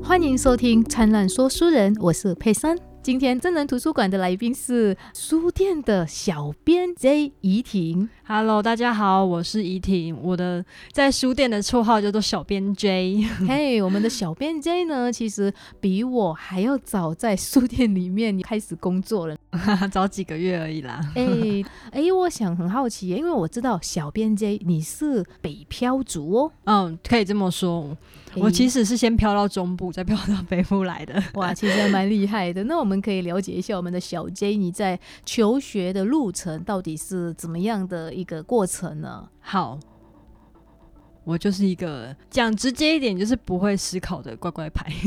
欢迎收听灿烂说书人，我是佩珊。今天真人图书馆的来宾是书店的小编 J 怡婷。 Hello， 大家好，我是怡婷，我的在书店的绰号叫做小编 J。 嘿，我们的小编 J 呢，其实比我还要早在书店里面开始工作了， 早几个月而已啦。 我想很好奇，因为我知道小编 J 你是北漂族哦。 可以这么说。我其实是先漂到中部，再漂到北部来的。 哇，其实还蛮厉害的。那我们可以了解一下我们的小 J 你在求学的路程到底是怎么样的一个过程呢？ 好，我就是一个讲直接一点就是不会思考的乖乖牌。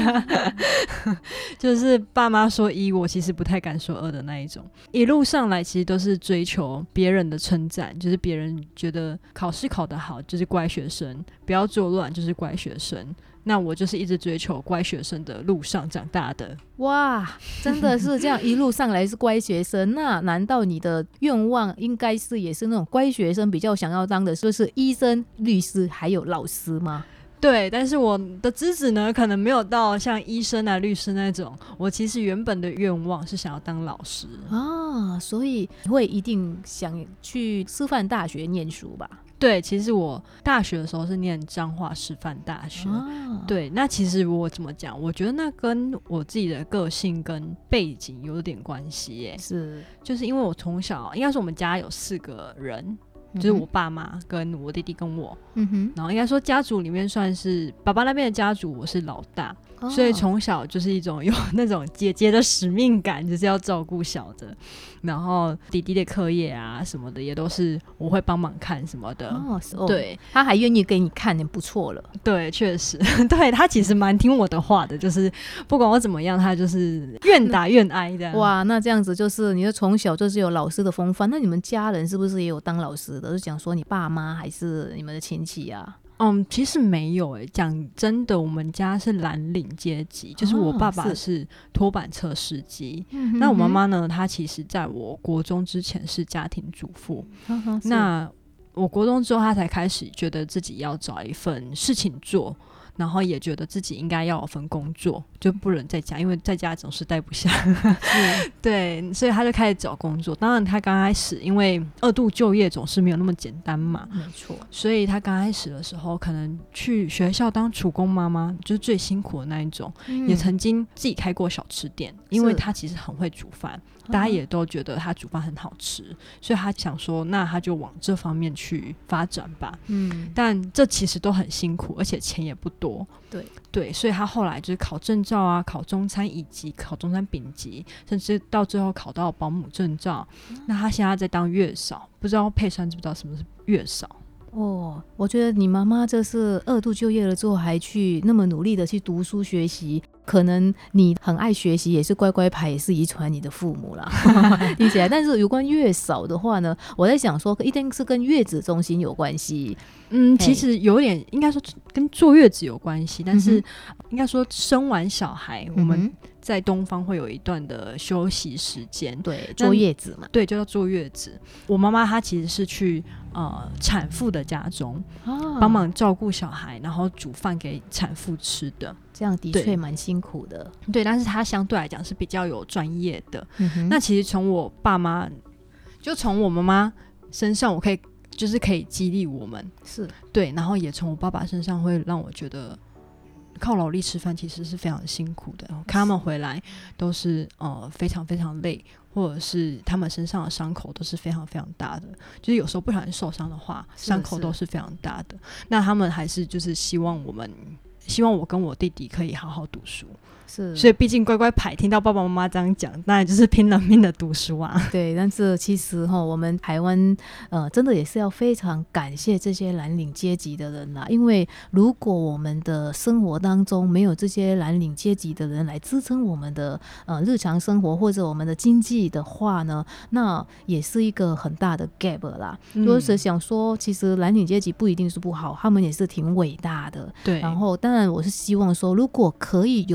就是爸妈说一，我其实不太敢说二的那一种。一路上来其实都是追求别人的称赞，就是别人觉得考试考得好就是乖学生，不要作乱就是乖学生。那我就是一直追求乖学生的路上长大的。 哇，真的是这样一路上来是乖学生。那难道你的愿望应该是也是那种乖学生比较想要当的就是医生、律师还有老师吗？ 对，但是我的资质呢可能没有到像医生啊律师那种。我其实原本的愿望是想要当老师啊，所以会一定想去师范大学念书吧？ 对，其实我大学的时候是念彰化师范大学。对，那其实我怎么讲，我觉得那跟我自己的个性跟背景有点关系耶。 是， 就是因为我从小应该说我们家有4个人，就是我爸妈跟我弟弟跟我，然后应该说家族里面算是爸爸那边的家族我是老大，所以从小就是一种有那种姐姐的使命感，就是要照顾小的，然后弟弟的课业啊什么的也都是我会帮忙看什么的。对， 他还愿意给你看也不错了。 对，确实。对，他其实蛮听我的话的，就是不管我怎么样他就是愿打愿挨的。 哇，那这样子就是你从小就是有老师的风范。那你们家人是不是也有当老师的？是讲说你爸妈还是你们的亲戚啊？ 其实没有讲真的，我们家是蓝领阶级，就是我爸爸是拖板车司机，那我妈妈呢，她其实在我国中之前是家庭主妇，那我国中之后她才开始觉得自己要找一份事情做，然后也觉得自己应该要有份工作，就不能在家，因为在家总是待不下。对，所以他就开始找工作。当然他刚开始因为2度就业总是没有那么简单嘛， 没错， 所以他刚开始的时候可能去学校当厨工妈妈，就是最辛苦的那一种，也曾经自己开过小吃店，因为他其实很会煮饭，大家也都觉得他煮饭很好吃，所以他想说那他就往这方面去发展吧。但这其实都很辛苦，而且钱也不多。对，所以他后来就是考证照啊，考中餐乙级，考中餐丙级，甚至到最后考到保姆证照。那他现在在当月嫂，不知道佩珊知不知道什么是月嫂？ 我觉得你妈妈这是2度就业了之后还去那么努力的去读书学习，可能你很爱学习也是乖乖牌，也是遗传你的父母啦。听起来。但是有关月嫂的话呢，我在想说一定是跟月子中心有关系。 其实有点应该说跟坐月子有关系，但是应该说生完小孩，我们在东方会有一段的休息时间， 对，坐月子嘛， 对，就叫坐月子。我妈妈她其实是去产妇的家中帮忙照顾小孩，然后煮饭给产妇吃的。 这样的确蛮辛苦的。 对，但是她相对来讲是比较有专业的。那其实从我爸妈，就从我妈妈身上，我可以激励我们， 是对，然后也从我爸爸身上会让我觉得靠劳力吃饭其实是非常辛苦的。看他们回来都是非常非常累，或者是他们身上的伤口都是非常非常大的，就是有时候不小心受伤的话，伤口都是非常大的。那他们还是就是希望我跟我弟弟可以好好读书。 是， 所以毕竟乖乖牌听到爸爸妈妈这样讲，当然就是拼了命的读书啊。 对，但是其实我们台湾真的也是要非常感谢这些蓝领阶级的人啦，因为如果我们的生活当中没有这些蓝领阶级的人来支撑我们的日常生活或者我们的经济的话呢，那也是一个很大的 gap 啦。就是想说其实蓝领阶级不一定是不好，他们也是挺伟大的。 对， 然后当然我是希望说如果可以有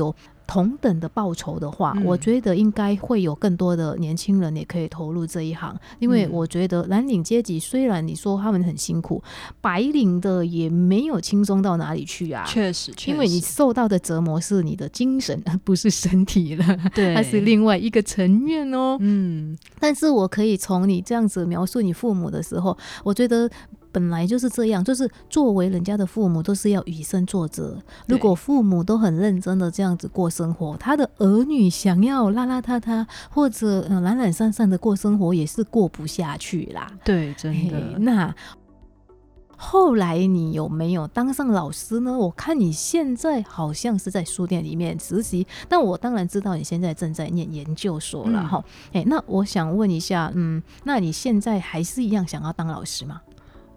同等的报酬的话，我觉得应该会有更多的年轻人也可以投入这一行。因为我觉得蓝领阶级虽然你说他们很辛苦，白领的也没有轻松到哪里去啊。 确实， 因为你受到的折磨是你的精神，不是身体了， 对， 它是另外一个层面哦。但是我可以从你这样子描述你父母的时候，我觉得本来就是这样，就是作为人家的父母都是要以身作则。如果父母都很认真的这样子过生活，他的儿女想要邋邋遢遢或者懒懒散散的过生活也是过不下去啦。 对，真的。 那后来你有没有当上老师呢？我看你现在好像是在书店里面实习，但我当然知道你现在正在念研究所了哈。那我想问一下，那你现在还是一样想要当老师吗？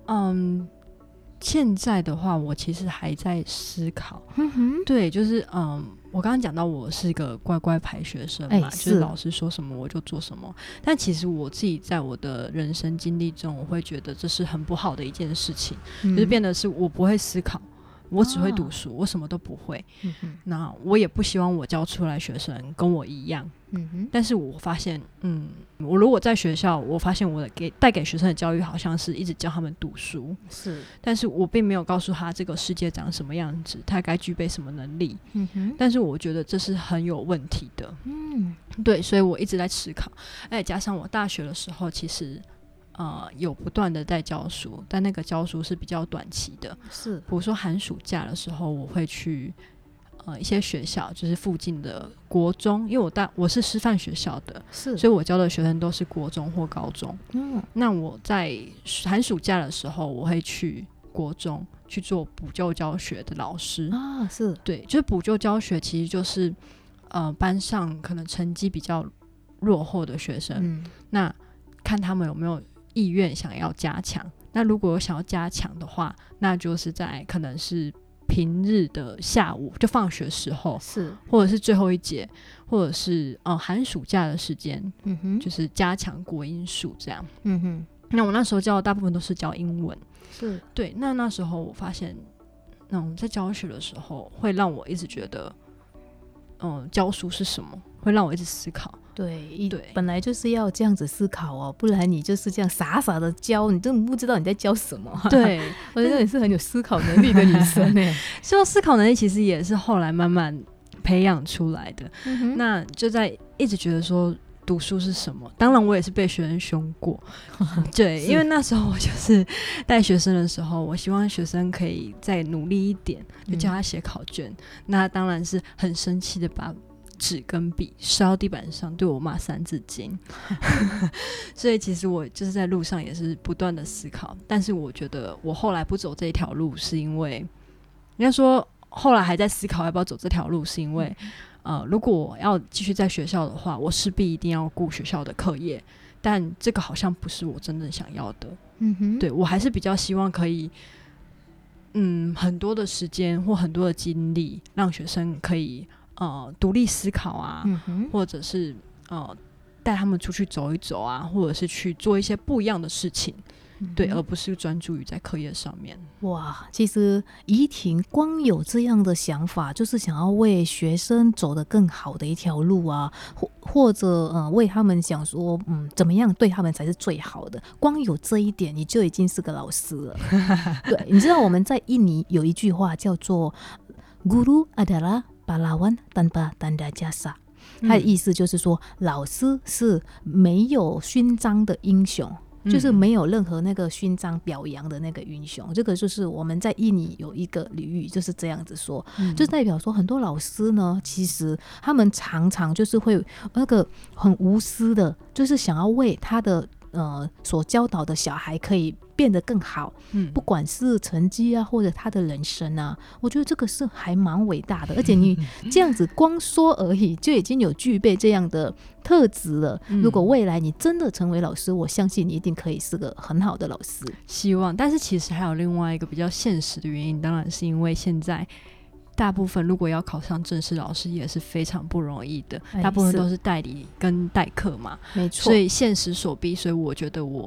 现在的话我其实还在思考。对，就是我刚刚讲到我是一个乖乖牌学生嘛，就是老师说什么我就做什么，但其实我自己在我的人生经历中，我会觉得这是很不好的一件事情，就是变得是我不会思考，我只会读书，我什么都不会。那我也不希望我教出来学生跟我一样。但是我发现我如果在学校，我发现我带给学生的教育好像是一直教他们读书，是，但是我并没有告诉他这个世界长什么样子，他该具备什么能力。但是我觉得这是很有问题的。对，所以我一直在思考。加上我大学的时候其实有不断的在教书，但那个教书是比较短期的，是比如说寒暑假的时候我会去一些学校，就是附近的国中，因为我是师范学校的，是，所以我教的学生都是国中或高中。那我在寒暑假的时候我会去国中去做补救教学的老师啊。是，对，就是补救教学其实就是班上可能成绩比较落后的学生，那看他们有没有意愿想要加强。那如果有想要加强的话，那就是在可能是平日的下午，就放学时候，是，或者是最后一节，或者是寒暑假的时间，就是加强国英数这样。那我那时候教的大部分都是教英文，是，对。那时候我发现在教学的时候会让我一直觉得教书是什么，会让我一直思考。对， 本来就是要这样子思考哦，不然你就是这样傻傻的教，你根本不知道你在教什么。对，我觉得你是很有思考能力的女生耶。 说思考能力其实也是后来慢慢培养出来的。那就在一直觉得说读书是什么，当然我也是被学生凶过。对，因为那时候我就是带学生的时候，我希望学生可以再努力一点，就叫他写考卷。那当然是很生气的把纸跟笔摔到地板上，对我骂三字经。所以其实我就是在路上也是不断的思考，但是我觉得我后来不走这一条路，是因为应该说后来还在思考要不要走这条路，是因为如果我要继续在学校的话，我势必一定要顾学校的课业，但这个好像不是我真正想要的。对，我还是比较希望可以很多的时间或很多的精力让学生可以独立思考啊，或者是带他们出去走一走啊，或者是去做一些不一样的事情。对，而不是专注于在课业上面。 哇，其实怡婷光有这样的想法，就是想要为学生走得更好的一条路啊，或者为他们想说怎么样对他们才是最好的，光有这一点你就已经是个老师了。对，你知道我们在印尼有一句话叫做 Guru adalah pahlawan tanpa tanda jasa， 它的意思就是说老师是没有勋章的英雄，就是没有任何那个勋章表扬的那个英雄。这个就是我们在印尼有一个俚语就是这样子说，就代表说很多老师呢，其实他们常常就是会那个很无私的，就是想要为他的所教导的小孩可以变得更好，不管是成绩啊或者他的人生啊，我觉得这个是还蛮伟大的。而且你这样子光说而已就已经有具备这样的特质了，如果未来你真的成为老师，我相信你一定可以是个很好的老师。 希望。但是其实还有另外一个比较现实的原因，当然是因为现在大部分如果要考上正式老师也是非常不容易的，大部分都是代理跟代课嘛，没错。所以现实所逼，所以我觉得我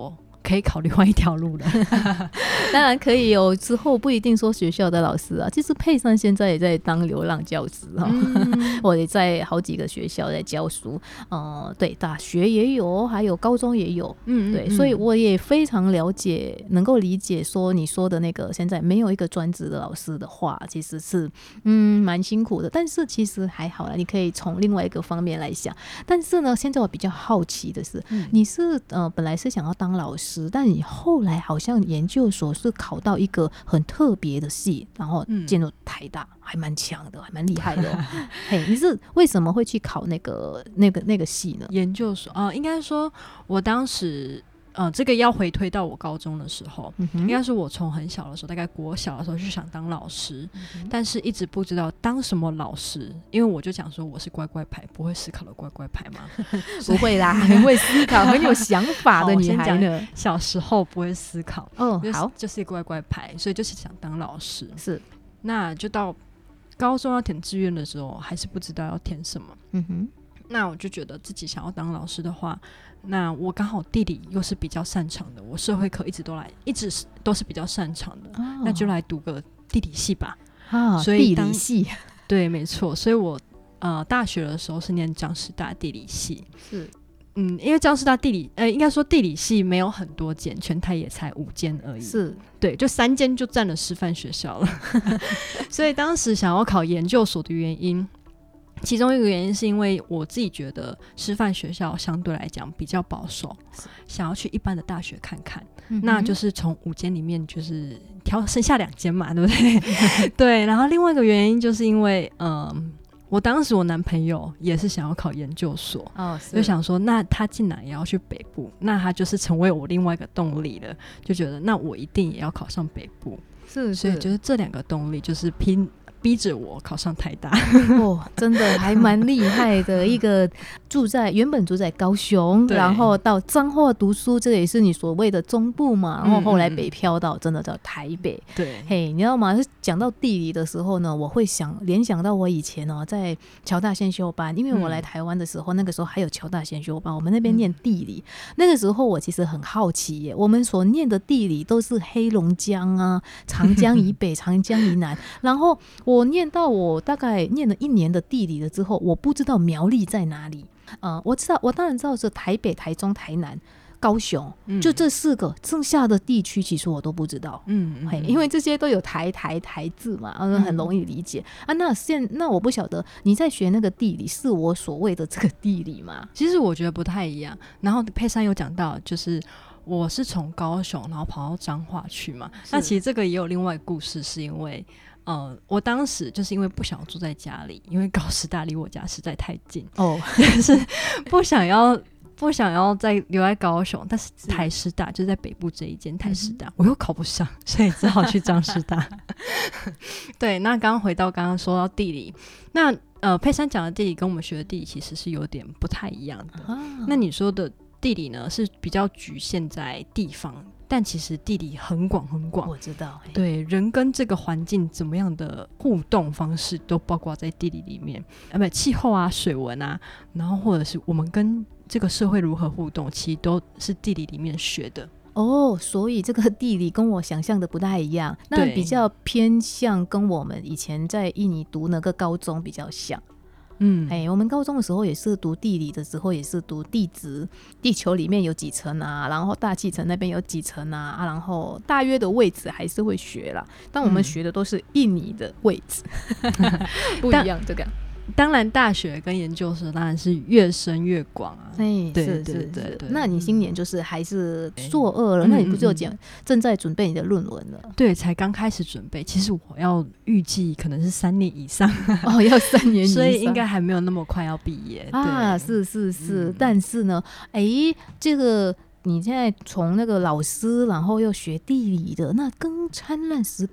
可以考虑换一条路了。 当然可以哦，之后不一定说学校的老师啊，其实佩珊现在也在当流浪教师我也在好几个学校在教书，对，大学也有，还有高中也有，对，所以我也非常了解，能够理解说你说的那个现在没有一个专职的老师的话，其实是蛮辛苦的，但是其实还好啦，你可以从另外一个方面来想。但是呢，现在我比较好奇的是，你是本来是想要当老师，但你后来好像研究所是考到一个很特别的系，然后进入台大，还蛮强的，还蛮厉害的嘿，你是为什么会去考那个系呢？ 研究所应该说我当时这个要回推到我高中的时候，应该是我从很小的时候，大概国小的时候就想当老师，但是一直不知道当什么老师，因为我就讲说我是乖乖牌，不会思考的乖乖牌嘛。 不会啦，很会思考，很有想法的女孩呢。 小时候不会思考， 好， 就是乖乖牌，所以就是想当老师。 是， 那就到高中要填志愿的时候，还是不知道要填什么。那我就觉得自己想要当老师的话，那我刚好地理又是比较擅长的，我社会科一直都是比较擅长的，那就来读个地理系吧。 所以地理系， 对，没错。所以我大学的时候是念彰师大地理系。 是， 因为彰师大地理应该说地理系没有很多间，全台也才5间而已。 是， 对，就3间就占了师范学校了。所以当时想要考研究所的原因，其中一个原因是因为我自己觉得师范学校相对来讲比较保守，想要去一般的大学看看，那就是从5间里面就是挑剩下2间嘛，对不对？对，然后另外一个原因就是因为我当时我男朋友也是想要考研究所，就想说那他进来也要去北部，那他就是成为我另外一个动力了，就觉得那我一定也要考上北部， 是， 所以就是这2个动力就是逼着我考上台大。 真的还蛮厉害的一个原本住在高雄，然后到彰化读书，这也是你所谓的中部嘛，然后后来北漂到真的到台北。 对， 嘿，你知道吗？讲到地理的时候呢，我会联想到我以前在侨大先修班，因为我来台湾的时候，那个时候还有侨大先修班，我们那边念地理，那个时候我其实很好奇耶，我们所念的地理都是黑龙江啊、长江以北、长江以南，然后我大概念了1年的地理了之后，我不知道苗栗在哪里。我当然知道是台北、台中、台南、高雄，就这4个，剩下的地区其实我都不知道。因为这些都有台字嘛，很容易理解啊。那我不晓得你在学那个地理是我所谓的这个地理吗？ 其实我觉得不太一样。然后佩珊有讲到，就是我是从高雄然后跑到彰化去嘛，那其实这个也有另外一个故事，是因为我当时就是因为不想要住在家里，因为高师大离我家实在太近就是不想要再留在高雄，但是台师大就在北部这一间台师大，我又考不上，所以只好去彰师大。对，那刚回到刚刚说到地理，那佩珊讲的地理跟我们学的地理其实是有点不太一样的。那你说的地理呢是比较局限在地方，但其实地理很广很广， 我知道。 对，人跟这个环境怎么样的互动方式都包括在地理里面，气候啊、水文啊，然后或者是我们跟这个社会如何互动，其实都是地理里面学的。 所以这个地理跟我想象的不太一样，那比较偏向跟我们以前在印尼读那个高中比较像。我们高中的时候也是读地理的时候，也是读地质，地球里面有几层啊，然后大气层那边有几层啊，然后大约的位置还是会学啦，但我们学的都是印尼的位置不一样这个。 当然大学跟研究所当然是越深越广啊。 对。那你今年就是还是硕2了，那你不就正在准备你的论文了？ 对，才刚开始准备，其实我要预计可能是3年以上要3年以上， 所以应该还没有那么快要毕业啊。 是，但是呢这个你现在从那个老师然后又学地理的，那跟灿烂时光东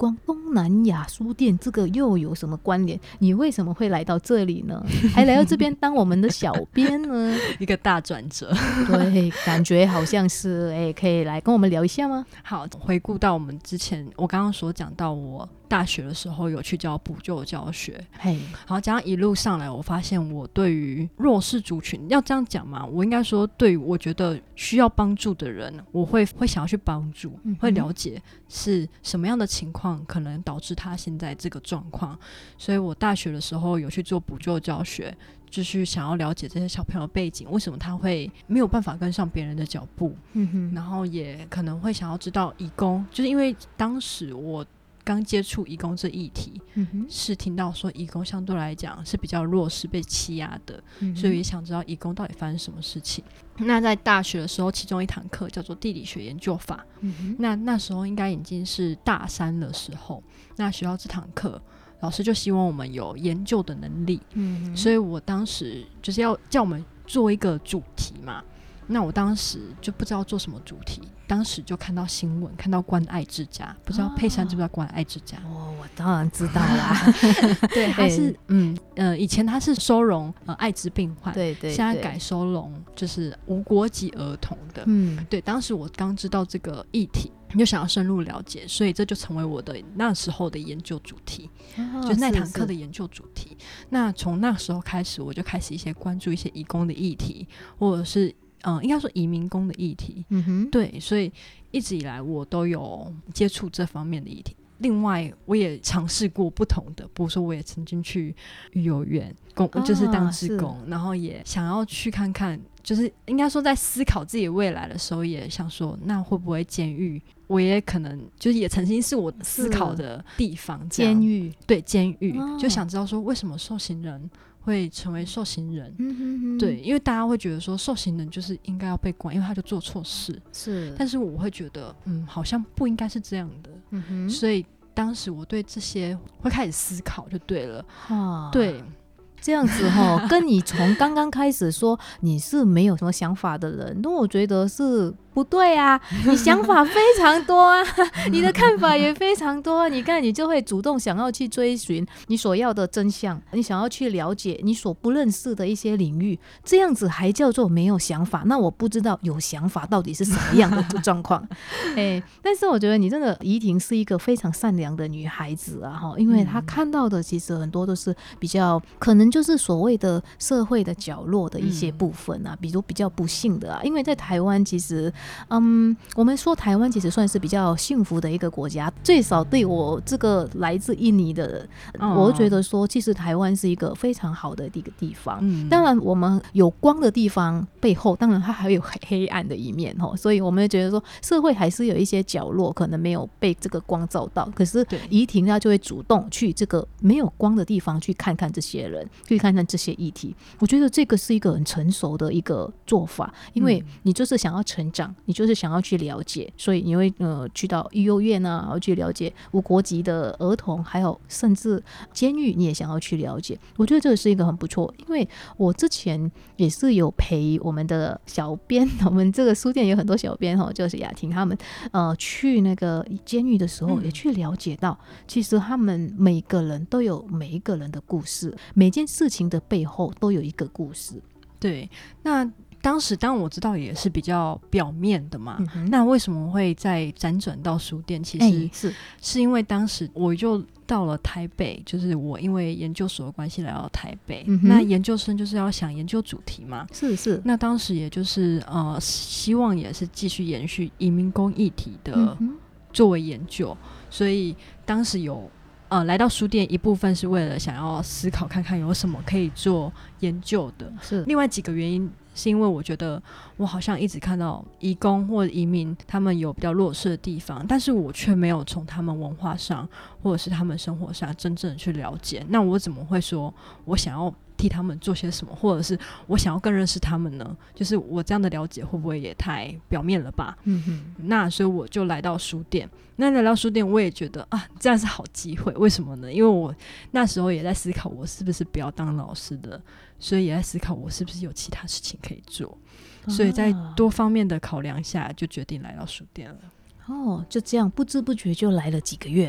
东南亚书店这个又有什么关联？你为什么会来到这里呢？还来到这边当我们的小编呢？ 一个大转折。 对，感觉好像是可以来跟我们聊一下吗？ 好，回顾到我们之前我刚刚所讲到，我大学的时候有去教补救教学，然后这样一路上来，我发现我对于弱势族群，要这样讲嘛，我应该说对于我觉得需要帮助的人，我会想要去帮助，会了解是什么样的情况可能导致他现在这个状况，所以我大学的时候有去做补救教学，就是想要了解这些小朋友背景，为什么他会没有办法跟上别人的脚步，然后也可能会想要知道移工，就是因为当时我刚接触移工这议题，是听到说移工相对来讲是比较弱势被欺压的，所以也想知道移工到底发生什么事情。那在大学的时候，其中一堂课叫做地理学研究法，那时候应该已经是大三的时候，那学校这堂课老师就希望我们有研究的能力，所以我当时就是要叫我们做一个主题嘛，那我当时就不知道做什么主题，当时就看到新闻，看到关爱之家，不知道佩珊知不知道关爱之家？ 我当然知道啦。 对，他是以前他是收容艾滋病患， 对， 现在改收容就是无国籍儿童的。对，当时我刚知道这个议题，就想要深入了解，所以这就成为我的那时候的研究主题，就是那堂课的研究主题。那从那时候开始，我就开始关注一些移工的议题，或者是应该说移民工的议题，对，所以一直以来我都有接触这方面的议题。另外我也尝试过不同的，比如说我也曾经去育幼院就是当志工，然后也想要去看看，就是应该说在思考自己的未来的时候，也想说那会不会监狱，我也可能就是也曾经是我思考的地方。监狱，对，监狱，就想知道说为什么受刑人会成为受刑人，对，因为大家会觉得说受刑人就是应该要被关，因为他就做错事，但是我会觉得好像不应该是这样的，所以当时我对这些会开始思考就对了，对， 这样子跟你从刚刚开始说你是没有什么想法的人，那我觉得是不对啊，你想法非常多啊，你的看法也非常多，你看你就会主动想要去追寻你所要的真相，你想要去了解你所不认识的一些领域，这样子还叫做没有想法？那我不知道有想法到底是什么样的状况。但是我觉得你真的怡婷是一个非常善良的女孩子啊，因为她看到的其实很多都是比较可能就是所谓的社会的角落的一些部分啊，比如比较不幸的啊，因为在台湾其实我们说台湾其实算是比较幸福的一个国家，最少对我这个来自印尼的人，我觉得说其实台湾是一个非常好的一个地方，当然我们有光的地方背后当然它还有黑暗的一面，所以我们觉得说社会还是有一些角落可能没有被这个光照到，可是怡婷她就会主动去这个没有光的地方去看看这些人，去看看这些议题，我觉得这个是一个很成熟的一个做法，因为你就是想要成长，你就是想要去了解，所以你会去到育幼院啊，然后去了解无国籍的儿童，还有甚至监狱你也想要去了解，我觉得这个是一个很不错，因为我之前也是有陪我们的小编，我们这个书店有很多小编就是雅婷他们去那个监狱的时候也去了解到，其实他们每个人都有每一个人的故事，每件事情的背后都有一个故事。 对，那当时当然我知道也是比较表面的嘛，那为什么会再辗转到书店？其实是因为当时我就到了台北，就是我因为研究所的关系来到台北，那研究生就是要想研究主题嘛， 是那当时也就是希望也是继续延续移民工议题的作为研究，所以当时有来到书店一部分是为了想要思考看看有什么可以做研究的，另外几个原因是因为我觉得我好像一直看到移工或者移民他们有比较弱势的地方，但是我却没有从他们文化上或者是他们生活上真正的去了解，那我怎么会说我想要替他们做些什么，或者是我想要更认识他们呢？就是我这样的了解会不会也太表面了吧？那所以我就来到书店，那来到书店我也觉得这样是好机会，为什么呢？因为我那时候也在思考我是不是不要当老师的，所以也在思考我是不是有其他事情可以做，所以在多方面的考量下就决定来到书店了。 就这样不知不觉就来了几个月了。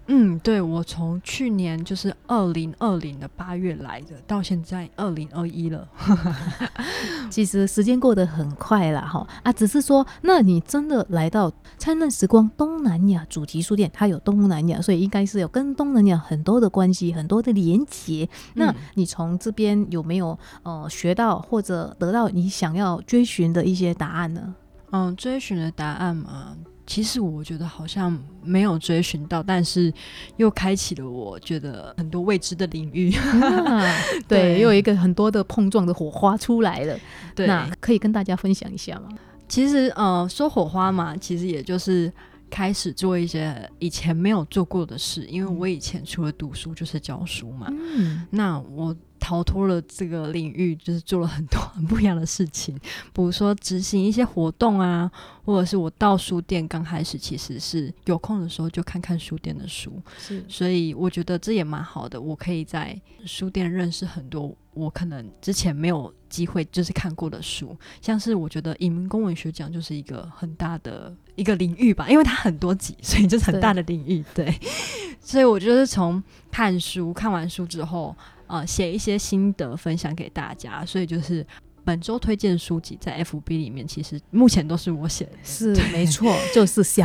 对，我从去年就是2020的8月来的，到现在2021了。 其实时间过得很快啦只是说那你真的来到灿烂时光东南亚主题书店，它有东南亚，所以应该是有跟东南亚很多的关系，很多的连结。那你从这边有没有学到或者得到你想要追寻的一些答案呢？ 追寻的答案嘛，其实我觉得好像没有追寻到，但是又开启了我觉得很多未知的领域。 对，又有一个很多的碰撞的火花出来了。 对， 那可以跟大家分享一下吗？ 其实说火花嘛，其实也就是开始做一些以前没有做过的事，因为我以前除了读书就是教书嘛。那我逃脱了这个领域，就是做了很多很不一样的事情，比如说执行一些活动啊，或者是我到书店刚开始其实是有空的时候就看看书店的书， 是， 所以我觉得这也蛮好的，我可以在书店认识很多我可能之前没有机会就是看过的书，像是我觉得移民公文学奖就是一个很大的一个领域吧，因为它很多集，所以就是很大的领域。 对，所以我就是从看书，看完书之后写一些心得分享给大家，所以就是本周推荐书籍在 FB 里面其实目前都是我写的。 是没错，就是小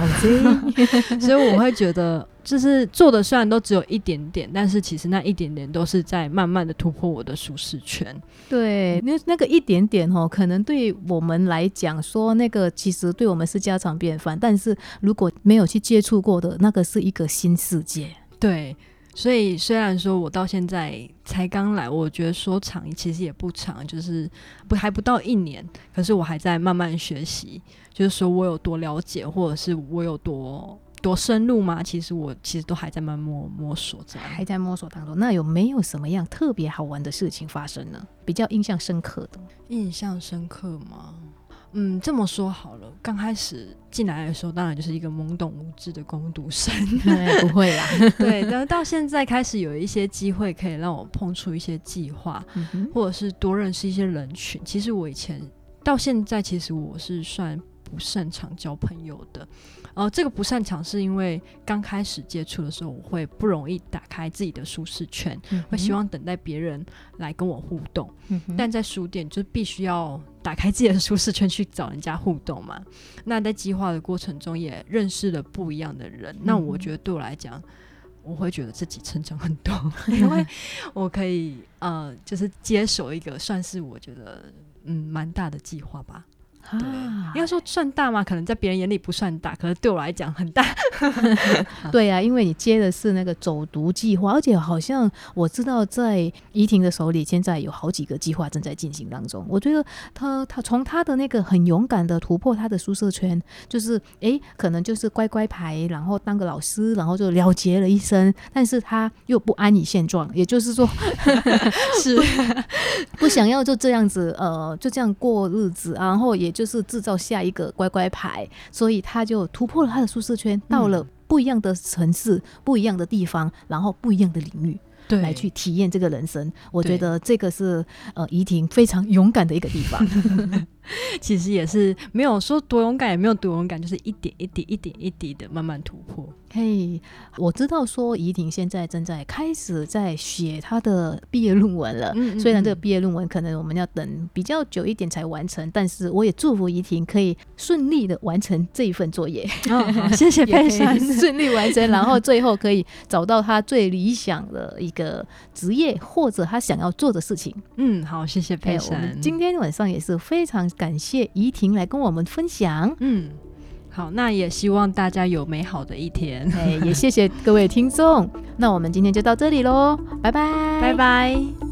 J 所以我会觉得就是做的虽然都只有一点点，但是其实那一点点都是在慢慢的突破我的舒适圈。 对，那个一点点可能对我们来讲说那个其实对我们是家常便饭，但是如果没有去接触过的，那个是一个新世界。 对，所以虽然说我到现在才刚来，我觉得说长其实也不长，就是还不到1年，可是我还在慢慢学习，就是说我有多了解，或者是我有多深入吗？其实我都还在慢慢摸索，这样还在摸索当中。那有没有什么样特别好玩的事情发生呢？比较印象深刻的？ 印象深刻吗？这么说好了，刚开始进来的时候当然就是一个懵懂无知的工读生不会啦对，但是到现在开始有一些机会可以让我碰触一些计划，或者是多认识一些人群。其实我以前到现在其实我是算不擅长交朋友的，这个不擅长是因为刚开始接触的时候我会不容易打开自己的舒适圈，会希望等待别人来跟我互动，但在书店就必须要打开自己的舒适圈去找人家互动嘛。那在计划的过程中也认识了不一样的人，那我觉得对我来讲我会觉得自己成长很多因为我可以就是接手一个算是我觉得蛮大的计划吧。对，应该说算大吗？可能在别人眼里不算大，可是对我来讲很大对啊，因为你接的是那个走读计划，而且好像我知道在怡婷的手里现在有好几个计划正在进行当中。我觉得他从他的那个很勇敢的突破他的舒适圈，就是可能就是乖乖牌，然后当个老师，然后就了结了一生，但是他又不安于现状，也就是说是不想要就这样子就这样过日子，然后也就是制造下一个乖乖牌，所以他就突破了他的舒适圈，到了不一样的城市，不一样的地方，然后不一样的领域来去体验这个人生。我觉得这个是怡婷非常勇敢的一个地方其实也是没有说多勇敢，也没有多勇敢，就是一点一滴一点一滴的慢慢突破。 我知道说怡婷现在正在开始在写她的毕业论文了，虽然这个毕业论文可能我们要等比较久一点才完成，但是我也祝福怡婷可以顺利的完成这一份作业。 好，谢谢佩珊， 顺利完成，然后最后可以找到她最理想的一个职业或者她想要做的事情。 好，谢谢佩珊。 我们今天晚上也是非常感谢怡婷来跟我们分享。 好，那也希望大家有美好的一天。 也谢谢各位听众，那我们今天就到这里咯，拜拜， 拜拜。